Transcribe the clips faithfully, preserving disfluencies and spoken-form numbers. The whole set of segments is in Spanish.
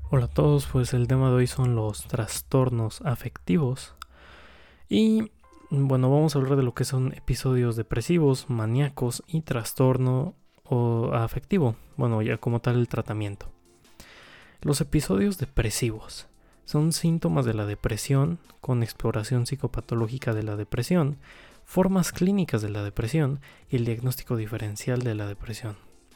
Hola a todos, pues el tema de hoy son los trastornos afectivos y bueno, vamos a hablar de lo que son episodios depresivos, maníacos y trastorno o afectivo, bueno, ya como tal el tratamiento. Los episodios depresivos son síntomas de la depresión con exploración psicopatológica de la depresión, formas clínicas de la depresión y el diagnóstico diferencial de la depresión.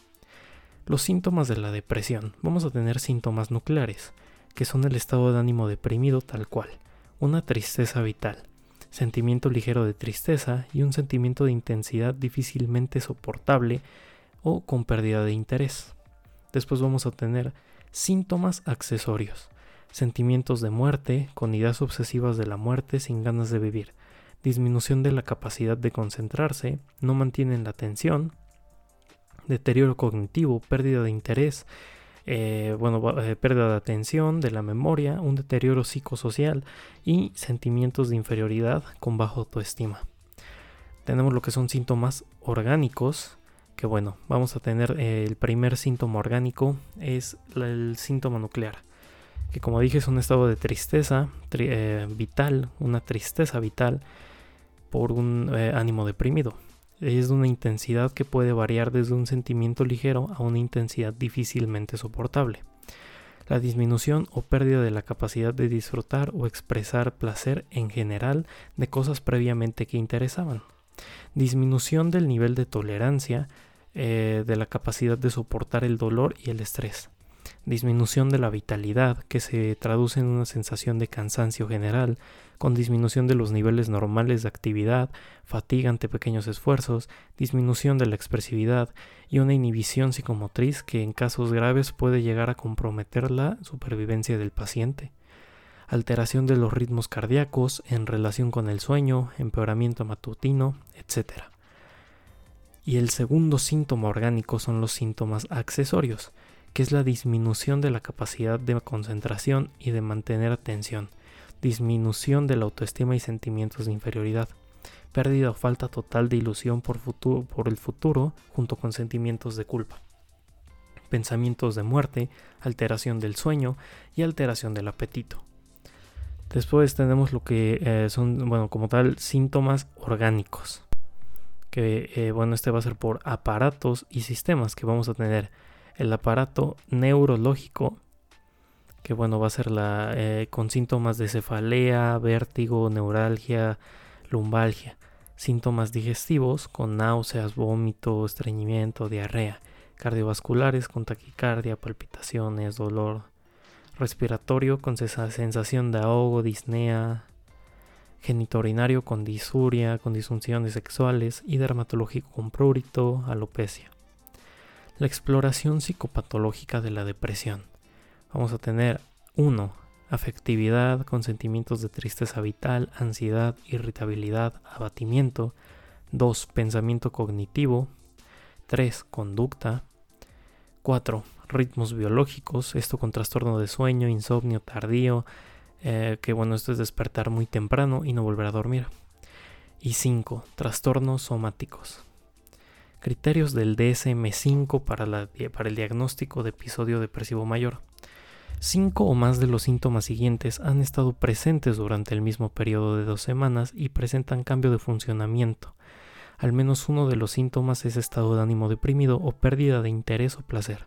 Los síntomas de la depresión. Vamos a tener síntomas nucleares, que son el estado de ánimo deprimido tal cual, una tristeza vital, sentimiento ligero de tristeza y un sentimiento de intensidad difícilmente soportable o con pérdida de interés. Después vamos a tener síntomas accesorios, sentimientos de muerte con ideas obsesivas de la muerte sin ganas de vivir, disminución de la capacidad de concentrarse, no mantienen la atención, deterioro cognitivo, pérdida de interés, eh, bueno, eh, pérdida de atención, de la memoria, un deterioro psicosocial y sentimientos de inferioridad con baja autoestima. Tenemos lo que son síntomas orgánicos, que bueno, vamos a tener eh, el primer síntoma orgánico es la, el síntoma nuclear, que como dije es un estado de tristeza tri, eh, vital, una tristeza vital por un eh, ánimo deprimido. Es de una intensidad que puede variar desde un sentimiento ligero a una intensidad difícilmente soportable. La disminución o pérdida de la capacidad de disfrutar o expresar placer en general de cosas previamente que interesaban. Disminución del nivel de tolerancia, eh, de la capacidad de soportar el dolor y el estrés. Disminución de la vitalidad, que se traduce en una sensación de cansancio general, con disminución de los niveles normales de actividad, fatiga ante pequeños esfuerzos, disminución de la expresividad y una inhibición psicomotriz que en casos graves puede llegar a comprometer la supervivencia del paciente. Alteración de los ritmos cardíacos en relación con el sueño, empeoramiento matutino, etcétera. Y el segundo síntoma orgánico son los síntomas accesorios, que es la disminución de la capacidad de concentración y de mantener atención, disminución de la autoestima y sentimientos de inferioridad, pérdida o falta total de ilusión por, futuro, por el futuro junto con sentimientos de culpa, pensamientos de muerte, alteración del sueño y alteración del apetito. Después tenemos lo que eh, son, bueno, como tal, síntomas orgánicos, que eh, bueno, este va a ser por aparatos y sistemas que vamos a tener. El aparato neurológico, que bueno, va a ser la, eh, con síntomas de cefalea, vértigo, neuralgia, lumbalgia. Síntomas digestivos con náuseas, vómito, estreñimiento, diarrea. Cardiovasculares con taquicardia, palpitaciones, dolor. Respiratorio con sensación de ahogo, disnea. Genitourinario con disuria, con disfunciones sexuales. Y dermatológico con prurito, alopecia. La exploración psicopatológica de la depresión. Vamos a tener uno. Afectividad con sentimientos de tristeza vital, ansiedad, irritabilidad, abatimiento. dos. Pensamiento cognitivo. tres. Conducta. cuatro. Ritmos biológicos, esto con trastorno de sueño, insomnio tardío, eh, que bueno, esto es despertar muy temprano y no volver a dormir. Y cinco. Trastornos somáticos. Criterios del D S M cinco para, la, para el diagnóstico de episodio depresivo mayor. Cinco o más de los síntomas siguientes han estado presentes durante el mismo periodo de dos semanas y presentan cambio de funcionamiento. Al menos uno de los síntomas es estado de ánimo deprimido o pérdida de interés o placer.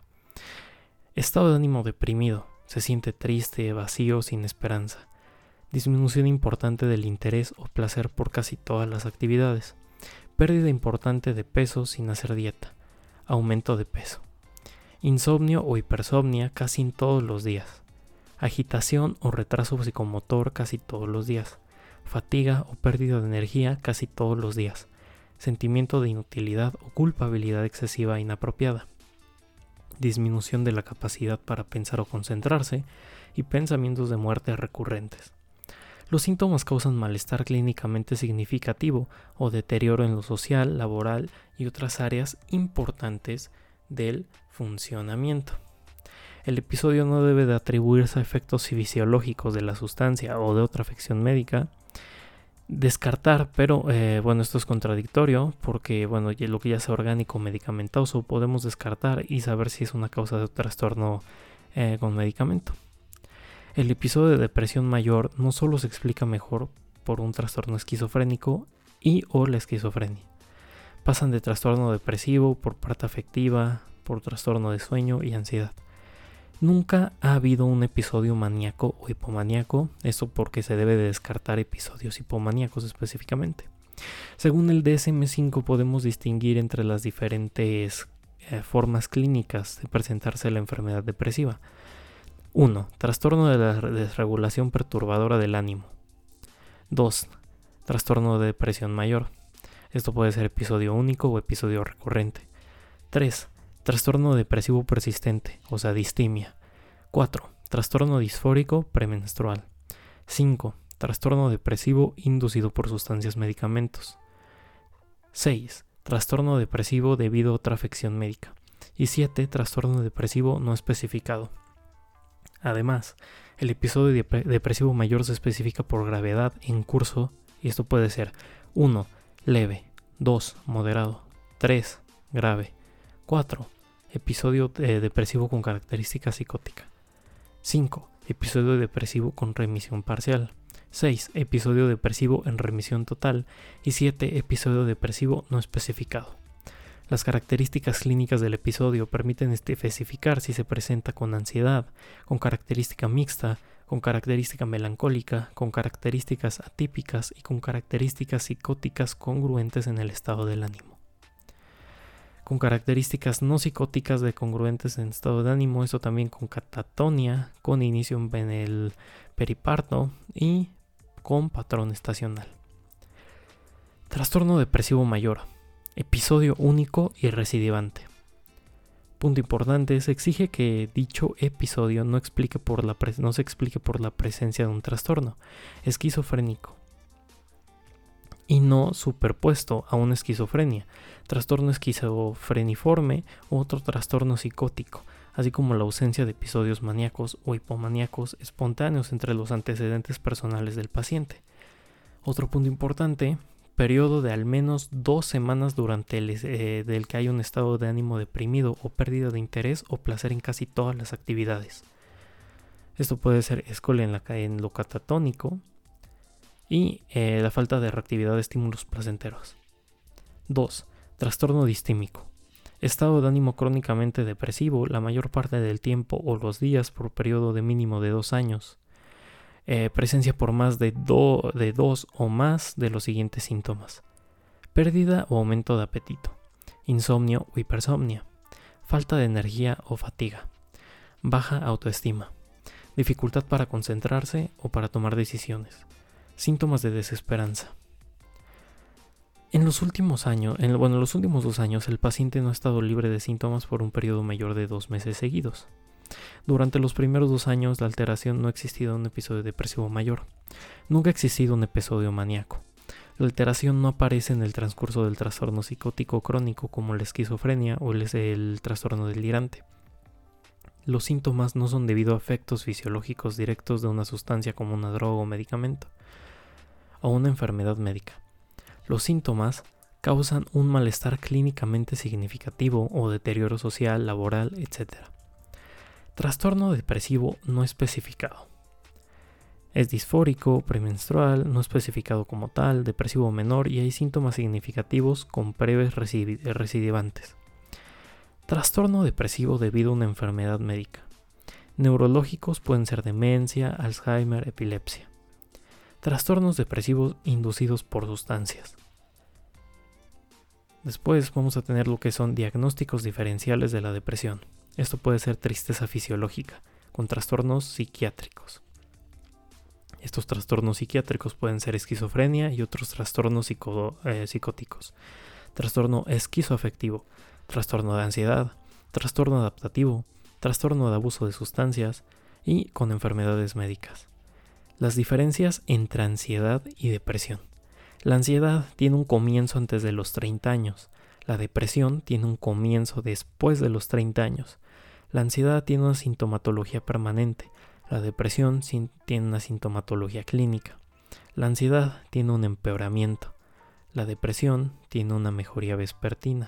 Estado de ánimo deprimido. Se siente triste, vacío, sin esperanza. Disminución importante del interés o placer por casi todas las actividades. Pérdida importante de peso sin hacer dieta. Aumento de peso. Insomnio o hipersomnia casi todos los días. Agitación o retraso psicomotor casi todos los días. Fatiga o pérdida de energía casi todos los días. Sentimiento de inutilidad o culpabilidad excesiva e inapropiada. Disminución de la capacidad para pensar o concentrarse y pensamientos de muerte recurrentes. Los síntomas causan malestar clínicamente significativo o deterioro en lo social, laboral y otras áreas importantes del funcionamiento. El episodio no debe de atribuirse a efectos fisiológicos de la sustancia o de otra afección médica. Descartar, pero eh, bueno, esto es contradictorio porque bueno, lo que ya sea orgánico o medicamentoso podemos descartar y saber si es una causa de trastorno eh, con medicamento. El episodio de depresión mayor no solo se explica mejor por un trastorno esquizofrénico y o la esquizofrenia. Pasan de trastorno depresivo por parte afectiva, por trastorno de sueño y ansiedad. Nunca ha habido un episodio maníaco o hipomaníaco, esto porque se debe de descartar episodios hipomaníacos específicamente. Según el D S M cinco podemos distinguir entre las diferentes eh, formas clínicas de presentarse la enfermedad depresiva. uno. Trastorno de la desregulación perturbadora del ánimo. dos. Trastorno de depresión mayor. Esto puede ser episodio único o episodio recurrente. tres. Trastorno depresivo persistente, o sea, distimia. cuatro. Trastorno disfórico premenstrual. cinco. Trastorno depresivo inducido por sustancias medicamentos. seis. Trastorno depresivo debido a otra afección médica. Y siete. Trastorno depresivo no especificado. Además, el episodio dep- depresivo mayor se especifica por gravedad en curso y esto puede ser uno. Leve, dos. Moderado, tres. Grave, cuatro. Episodio eh, depresivo con característica psicótica. cinco. Episodio depresivo con remisión parcial. seis. Episodio depresivo en remisión total. Y siete. Episodio depresivo no especificado. Las características clínicas del episodio permiten especificar si se presenta con ansiedad, con característica mixta, con característica melancólica, con características atípicas y con características psicóticas congruentes en el estado del ánimo. Con características no psicóticas de congruentes en estado de ánimo, esto también con catatonia, con inicio en el periparto y con patrón estacional. Trastorno depresivo mayor. Episodio único y recidivante. Punto importante, se exige que dicho episodio no, explique por la pre- no se explique por la presencia de un trastorno esquizofrénico y no superpuesto a una esquizofrenia, trastorno esquizofreniforme u otro trastorno psicótico, así como la ausencia de episodios maníacos o hipomaníacos espontáneos entre los antecedentes personales del paciente. Otro punto importante, periodo de al menos dos semanas durante el eh, del que hay un estado de ánimo deprimido o pérdida de interés o placer en casi todas las actividades. Esto puede ser escolia en, la, en lo catatónico y eh, la falta de reactividad de estímulos placenteros. dos. Trastorno distímico. Estado de ánimo crónicamente depresivo la mayor parte del tiempo o los días por periodo de mínimo de dos años. Eh, presencia por más de, do, de dos o más de los siguientes síntomas: pérdida o aumento de apetito, insomnio o hipersomnia, falta de energía o fatiga, baja autoestima, dificultad para concentrarse o para tomar decisiones, síntomas de desesperanza. En los últimos años, en, bueno, en los últimos dos años, el paciente no ha estado libre de síntomas por un periodo mayor de dos meses seguidos. Durante los primeros dos años, la alteración no ha existido un episodio depresivo mayor. Nunca ha existido un episodio maníaco. La alteración no aparece en el transcurso del trastorno psicótico crónico como la esquizofrenia o el, el trastorno delirante. Los síntomas no son debido a efectos fisiológicos directos de una sustancia como una droga o medicamento, o una enfermedad médica. Los síntomas causan un malestar clínicamente significativo o deterioro social, laboral, etcétera. Trastorno depresivo no especificado. Es disfórico, premenstrual, no especificado como tal, depresivo menor y hay síntomas significativos con breves recidivantes. Trastorno depresivo debido a una enfermedad médica. Neurológicos pueden ser demencia, Alzheimer, epilepsia. Trastornos depresivos inducidos por sustancias. Después vamos a tener lo que son diagnósticos diferenciales de la depresión. Esto puede ser tristeza fisiológica, con trastornos psiquiátricos. Estos trastornos psiquiátricos pueden ser esquizofrenia y otros trastornos psico, eh, psicóticos. Trastorno esquizoafectivo, trastorno de ansiedad, trastorno adaptativo, trastorno de abuso de sustancias y con enfermedades médicas. Las diferencias entre ansiedad y depresión. La ansiedad tiene un comienzo antes de los treinta años. La depresión tiene un comienzo después de los treinta años. La ansiedad tiene una sintomatología permanente. La depresión tiene una sintomatología clínica. La ansiedad tiene un empeoramiento. La depresión tiene una mejoría vespertina.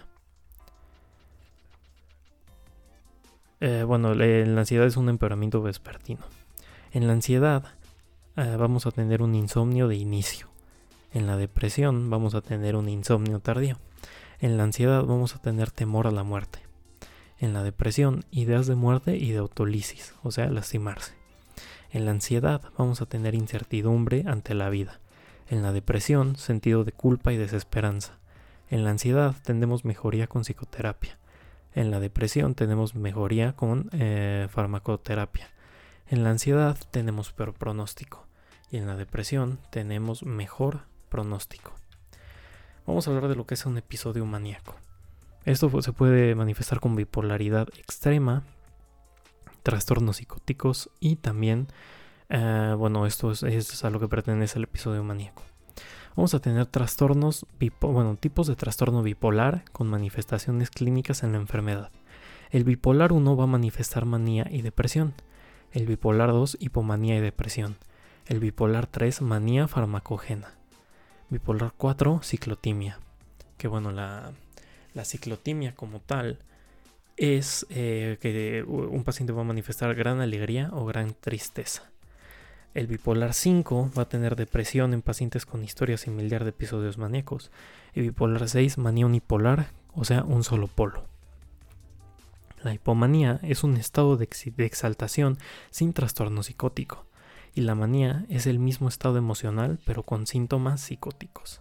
Eh, bueno, la ansiedad es un empeoramiento vespertino. En la ansiedad eh, vamos a tener un insomnio de inicio. En la depresión vamos a tener un insomnio tardío. En la ansiedad vamos a tener temor a la muerte. En la depresión, ideas de muerte y de autolisis, o sea, lastimarse. En la ansiedad vamos a tener incertidumbre ante la vida. En la depresión, sentido de culpa y desesperanza. En la ansiedad tenemos mejoría con psicoterapia. En la depresión tenemos mejoría con eh, farmacoterapia. En la ansiedad tenemos peor pronóstico. Y en la depresión tenemos mejor pronóstico. Vamos a hablar de lo que es un episodio maníaco. Esto se puede manifestar con bipolaridad extrema, trastornos psicóticos y también, uh, bueno, esto es, es a lo que pertenece al episodio maníaco. Vamos a tener trastornos, bipo- bueno, tipos de trastorno bipolar con manifestaciones clínicas en la enfermedad. El bipolar uno va a manifestar manía y depresión. El bipolar dos, hipomanía y depresión. El bipolar tres, manía farmacógena. Bipolar cuatro, ciclotimia. Que bueno, la... La ciclotimia como tal es eh, que un paciente va a manifestar gran alegría o gran tristeza. El bipolar cinco va a tener depresión en pacientes con historia similar de episodios maníacos. El bipolar seis, manía unipolar, o sea, un solo polo. La hipomanía es un estado de, ex- de exaltación sin trastorno psicótico. Y la manía es el mismo estado emocional pero con síntomas psicóticos.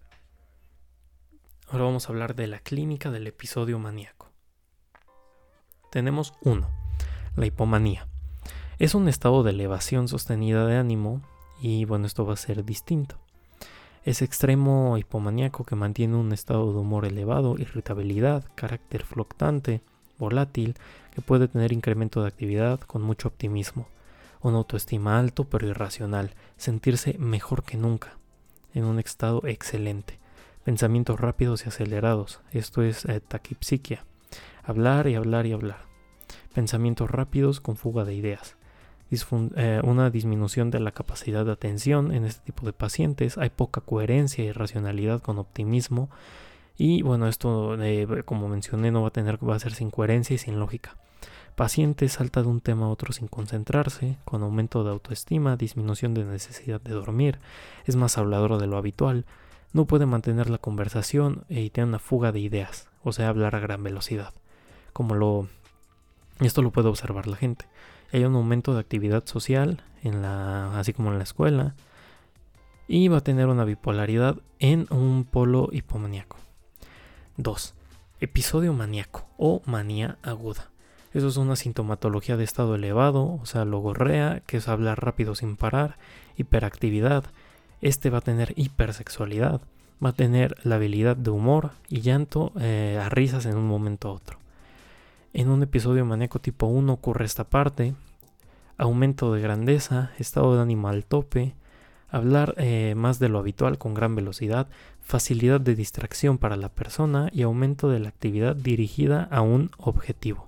Ahora vamos a hablar de la clínica del episodio maníaco. Tenemos uno. La hipomanía. Es un estado de elevación sostenida de ánimo y bueno, esto va a ser distinto. Es extremo hipomaníaco que mantiene un estado de humor elevado, irritabilidad, carácter fluctuante, volátil, que puede tener incremento de actividad con mucho optimismo, una autoestima alto pero irracional, sentirse mejor que nunca, en un estado excelente. Pensamientos rápidos y acelerados, esto es eh, taquipsiquia, hablar y hablar y hablar. Pensamientos rápidos con fuga de ideas. Disfun- eh, una disminución de la capacidad de atención en este tipo de pacientes. Hay poca coherencia y racionalidad con optimismo. Y bueno, esto eh, como mencioné no va a tener, va a ser sin coherencia y sin lógica. Paciente salta de un tema a otro sin concentrarse, con aumento de autoestima, disminución de necesidad de dormir, es más hablador de lo habitual. No puede mantener la conversación y tiene una fuga de ideas, o sea, hablar a gran velocidad. Como lo, esto lo puede observar la gente. Hay un aumento de actividad social, en la, así como en la escuela, y va a tener una bipolaridad en un polo hipomaníaco. dos. Episodio maníaco o manía aguda. Eso es una sintomatología de estado elevado, o sea, logorrea, que es hablar rápido sin parar, hiperactividad. Este va a tener hipersexualidad, va a tener la habilidad de humor y llanto eh, a risas en un momento a otro. En un episodio maníaco tipo uno ocurre esta parte: aumento de grandeza, estado de ánimo al tope, hablar eh, más de lo habitual con gran velocidad, facilidad de distracción para la persona y aumento de la actividad dirigida a un objetivo.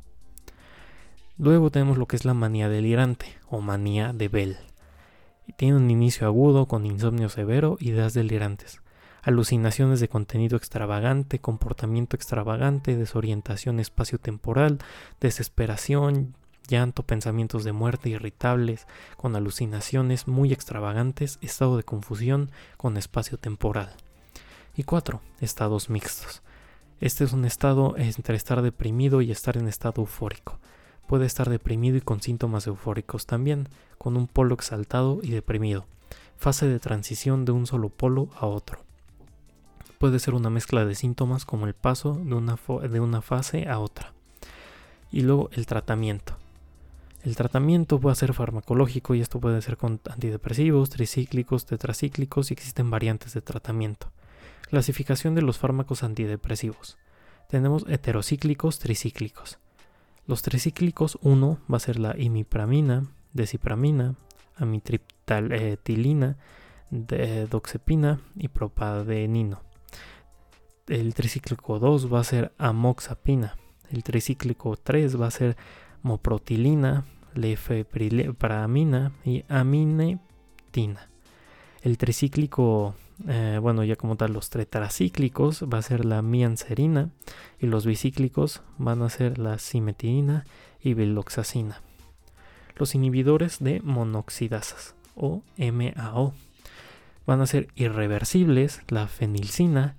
Luego tenemos lo que es la manía delirante o manía de Bell. Tiene un inicio agudo con insomnio severo, ideas delirantes, alucinaciones de contenido extravagante, comportamiento extravagante, desorientación espacio-temporal, desesperación, llanto, pensamientos de muerte irritables, con alucinaciones muy extravagantes, estado de confusión con espacio-temporal. Y cuatro. Estados mixtos. Este es un estado entre estar deprimido y estar en estado eufórico. Puede estar deprimido y con síntomas eufóricos también, con un polo exaltado y deprimido. Fase de transición de un solo polo a otro. Puede ser una mezcla de síntomas como el paso de una, de una fase a otra. Y luego el tratamiento. El tratamiento puede ser farmacológico y esto puede ser con antidepresivos, tricíclicos, tetracíclicos y existen variantes de tratamiento. Clasificación de los fármacos antidepresivos. Tenemos heterocíclicos, tricíclicos. Los tricíclicos, uno va a ser la imipramina, desipramina, amitriptilina, doxepina y propadenino. El tricíclico dos va a ser amoxapina. El tricíclico tres va a ser moprotilina, lefepramina y amineptina. El tricíclico, eh, bueno, ya como tal, los tetracíclicos va a ser la mianserina y los bicíclicos van a ser la simetirina y viloxacina. Los inhibidores de monoxidasas o M A O van a ser irreversibles la fenilcina,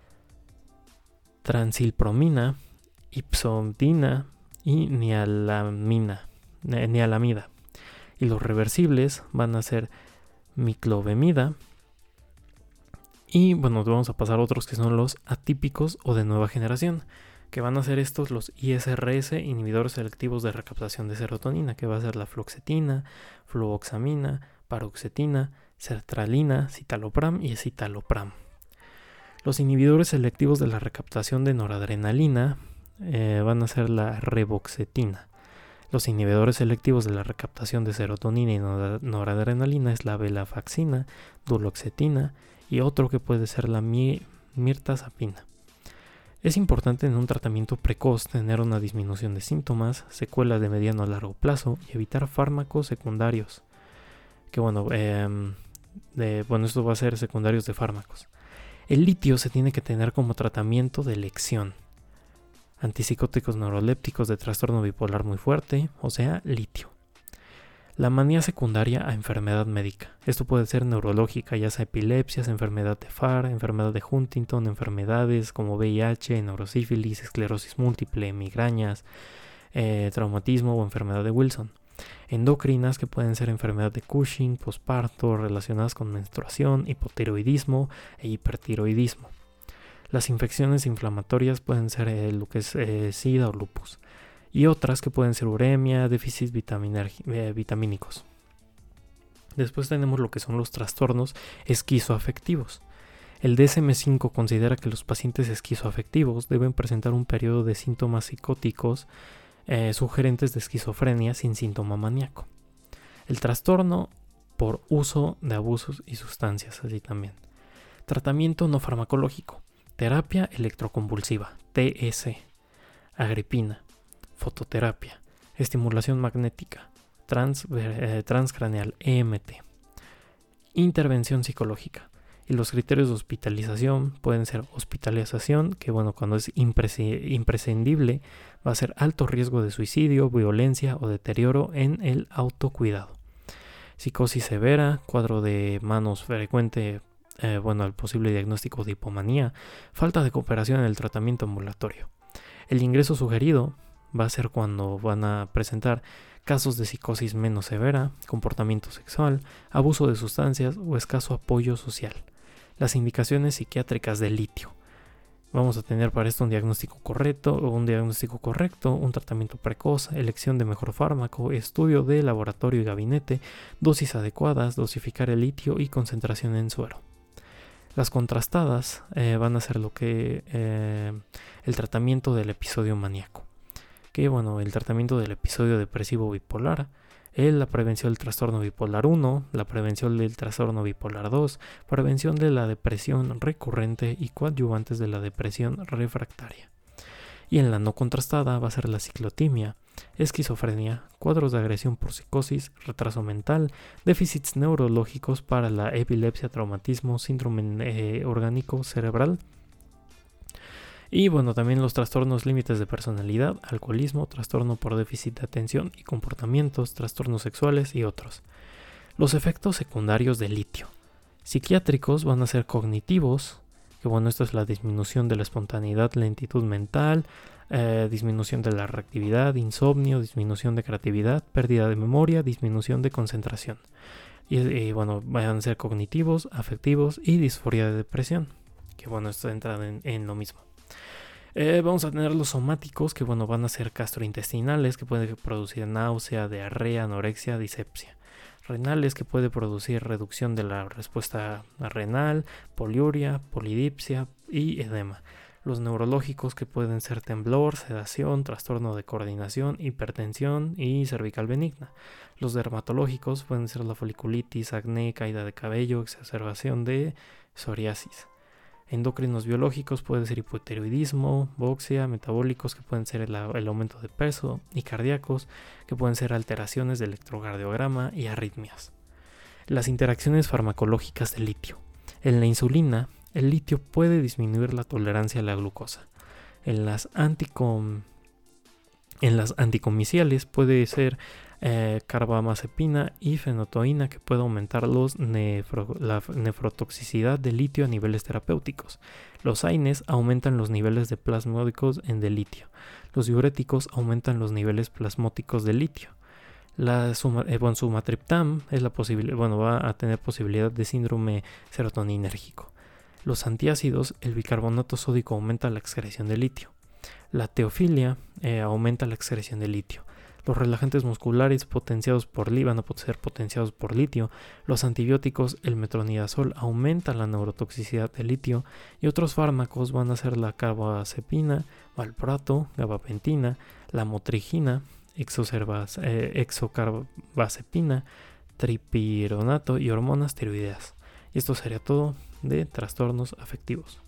transilpromina, ipsodina y nialamina, nialamida. Y los reversibles van a ser miclovemida. Y bueno, vamos a pasar a otros que son los atípicos o de nueva generación, que van a ser estos los I S R S, inhibidores selectivos de recaptación de serotonina, que va a ser la fluoxetina, fluoxamina, paroxetina, sertralina, citalopram y escitalopram. Los inhibidores selectivos de la recaptación de noradrenalina eh, van a ser la reboxetina. Los inhibidores selectivos de la recaptación de serotonina y noradrenalina es la venlafaxina, duloxetina y otro que puede ser la mi- mirtazapina. Es importante en un tratamiento precoz tener una disminución de síntomas, secuelas de mediano a largo plazo y evitar fármacos secundarios. Que bueno, eh, de, bueno, esto va a ser secundarios de fármacos. El litio se tiene que tener como tratamiento de elección. Antipsicóticos neurolépticos de trastorno bipolar muy fuerte, o sea, litio. La manía secundaria a enfermedad médica. Esto puede ser neurológica, ya sea epilepsias, enfermedad de F A R, enfermedad de Huntington, enfermedades como V I H, neurosífilis, esclerosis múltiple, migrañas, eh, traumatismo o enfermedad de Wilson. Endocrinas, que pueden ser enfermedad de Cushing, posparto, relacionadas con menstruación, hipotiroidismo e hipertiroidismo. Las infecciones inflamatorias pueden ser eh, lo que es eh, SIDA o lupus. Y otras que pueden ser uremia, déficits eh, vitamínicos. Después tenemos lo que son los trastornos esquizoafectivos. El D S M cinco considera que los pacientes esquizoafectivos deben presentar un periodo de síntomas psicóticos eh, sugerentes de esquizofrenia sin síntoma maníaco. El trastorno por uso de abusos y sustancias, así también. Tratamiento no farmacológico. Terapia electroconvulsiva, T E C. Agripina. Fototerapia, estimulación magnética, trans, eh, transcraneal, E M T, intervención psicológica. Y los criterios de hospitalización pueden ser hospitalización, que bueno, cuando es impresi- imprescindible, va a ser alto riesgo de suicidio, violencia o deterioro en el autocuidado. Psicosis severa, cuadro de manos frecuente, eh, bueno, el posible diagnóstico de hipomanía, falta de cooperación en el tratamiento ambulatorio. El ingreso sugerido va a ser cuando van a presentar casos de psicosis menos severa, comportamiento sexual, abuso de sustancias o escaso apoyo social. Las indicaciones psiquiátricas del litio. Vamos a tener para esto un diagnóstico correcto o un diagnóstico correcto, un tratamiento precoz, elección de mejor fármaco, estudio de laboratorio y gabinete, dosis adecuadas, dosificar el litio y concentración en suero. Las contrastadas eh, van a ser lo que eh, el tratamiento del episodio maníaco. Que bueno, el tratamiento del episodio depresivo bipolar, eh, la prevención del trastorno bipolar uno, la prevención del trastorno bipolar dos, prevención de la depresión recurrente y coadyuvantes de la depresión refractaria. Y en la no contrastada va a ser la ciclotimia, esquizofrenia, cuadros de agresión por psicosis, retraso mental, déficits neurológicos para la epilepsia, traumatismo, síndrome eh, orgánico cerebral. Y bueno, también los trastornos límites de personalidad, alcoholismo, trastorno por déficit de atención y comportamientos, trastornos sexuales y otros. Los efectos secundarios del litio. Psiquiátricos van a ser cognitivos, que bueno, esto es la disminución de la espontaneidad, lentitud mental, eh, disminución de la reactividad, insomnio, disminución de creatividad, pérdida de memoria, disminución de concentración. Y, y bueno, van a ser cognitivos, afectivos y disforia de depresión, que bueno, esto entra en, en lo mismo. Eh, vamos a tener los somáticos, que bueno, van a ser gastrointestinales, que pueden producir náusea, diarrea, anorexia, disepsia. Renales, que puede producir reducción de la respuesta renal, poliuria, polidipsia y edema. Los neurológicos, que pueden ser temblor, sedación, trastorno de coordinación, hipertensión y cervical benigna. Los dermatológicos pueden ser la foliculitis, acné, caída de cabello, exacerbación de psoriasis. Endocrinos biológicos pueden ser hipotiroidismo, boxia, metabólicos que pueden ser el, el aumento de peso y cardíacos que pueden ser alteraciones del electrocardiograma y arritmias. Las interacciones farmacológicas del litio. En la insulina, el litio puede disminuir la tolerancia a la glucosa. En las, anticom, en las anticomiciales puede ser eh, carbamazepina y fenotoína, que puede aumentar los nefro, la nefrotoxicidad de litio a niveles terapéuticos. Los AINES aumentan los niveles de plasmódicos en de litio. Los diuréticos aumentan los niveles plasmóticos de litio. La suma, eh, bueno, sumatriptam es la posibilidad, bueno, va a tener posibilidad de síndrome serotoninérgico. Los antiácidos, el bicarbonato sódico aumenta la excreción de litio. La teofilia eh, aumenta la excreción de litio. Los relajantes musculares potenciados por li van a ser potenciados por litio. Los antibióticos, el metronidazol, aumenta la neurotoxicidad de litio. Y otros fármacos van a ser la carbamazepina, valproato, gabapentina, la motrigina, eh, exocarbazepina, tripironato y hormonas tiroideas. Y esto sería todo de trastornos afectivos.